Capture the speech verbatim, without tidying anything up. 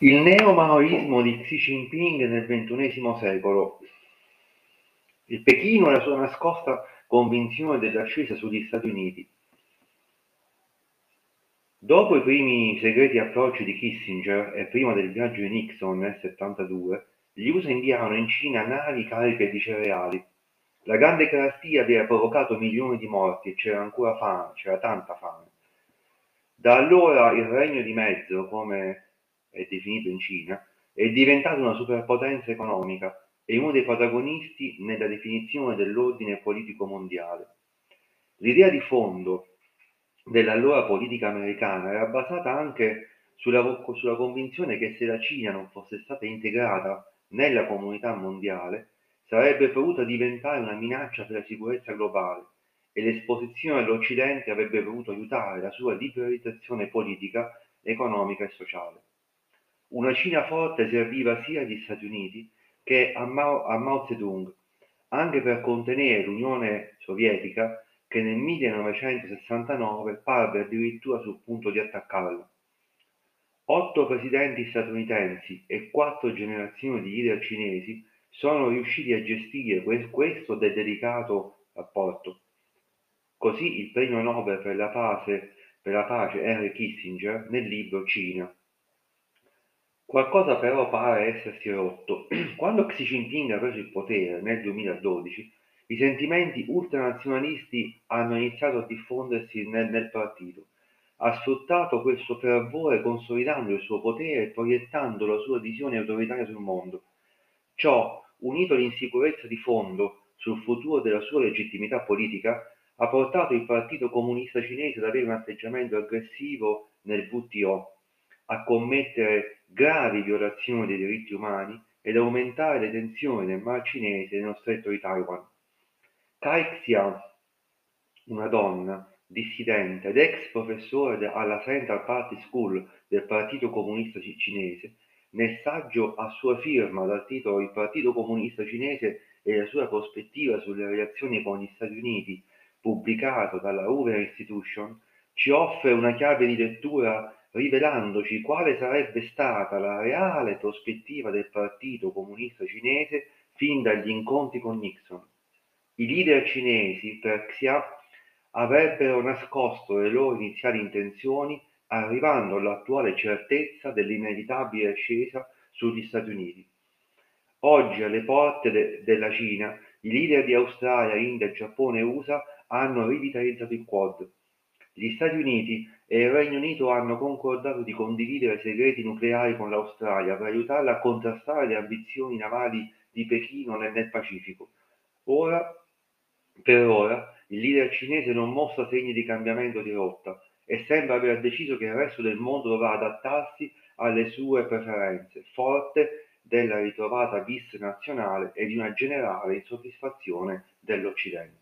Il neo-maoismo di Xi Jinping nel ventunesimo secolo. Il Pechino e la sua nascosta convinzione dell'ascesa sugli Stati Uniti. Dopo i primi segreti approcci di Kissinger e prima del viaggio di Nixon nel settantadue, gli U S A inviarono in Cina navi cariche di cereali. La grande carestia aveva provocato milioni di morti e c'era ancora fame, c'era tanta fame. Da allora il Regno di Mezzo, come è definito in Cina, è diventato una superpotenza economica e uno dei protagonisti nella definizione dell'ordine politico mondiale. L'idea di fondo dell'allora politica americana era basata anche sulla, sulla convinzione che se la Cina non fosse stata integrata nella comunità mondiale, sarebbe potuta diventare una minaccia per la sicurezza globale e l'esposizione all'Occidente avrebbe potuto aiutare la sua liberalizzazione politica, economica e sociale. Una Cina forte serviva sia agli Stati Uniti che a Mao, a Mao Zedong, anche per contenere l'Unione Sovietica che nel millenovecentosessantanove parve addirittura sul punto di attaccarla. Otto presidenti statunitensi e quattro generazioni di leader cinesi sono riusciti a gestire questo delicato rapporto. Così il premio Nobel per la pace, per la pace Henry Kissinger nel libro Cina. Qualcosa però pare essersi rotto. Quando Xi Jinping ha preso il potere nel duemiladodici, i sentimenti ultranazionalisti hanno iniziato a diffondersi nel, nel partito. Ha sfruttato questo fervore consolidando il suo potere e proiettando la sua visione autoritaria sul mondo. Ciò, unito all'insicurezza di fondo sul futuro della sua legittimità politica, ha portato il Partito Comunista Cinese ad avere un atteggiamento aggressivo nel W T O, a commettere gravi violazioni dei diritti umani ed aumentare le tensioni nel Mar Cinese e nello stretto di Taiwan. Cai Xiao, una donna dissidente ed ex professore alla Central Party School del Partito Comunista Cinese, nel saggio a sua firma dal titolo Il Partito Comunista Cinese e la sua prospettiva sulle relazioni con gli Stati Uniti, pubblicato dalla Hoover Institution, ci offre una chiave di lettura rivelandoci quale sarebbe stata la reale prospettiva del Partito Comunista Cinese fin dagli incontri con Nixon. I leader cinesi, per Xia, avrebbero nascosto le loro iniziali intenzioni arrivando all'attuale certezza dell'inevitabile ascesa sugli Stati Uniti. Oggi, alle porte de- della Cina, i leader di Australia, India, Giappone e U S A hanno rivitalizzato il Quad. Gli Stati Uniti e il Regno Unito hanno concordato di condividere segreti nucleari con l'Australia per aiutarla a contrastare le ambizioni navali di Pechino nel, nel Pacifico. Ora, per ora, il leader cinese non mostra segni di cambiamento di rotta e sembra aver deciso che il resto del mondo dovrà adattarsi alle sue preferenze, forte della ritrovata vis nazionale e di una generale insoddisfazione dell'Occidente.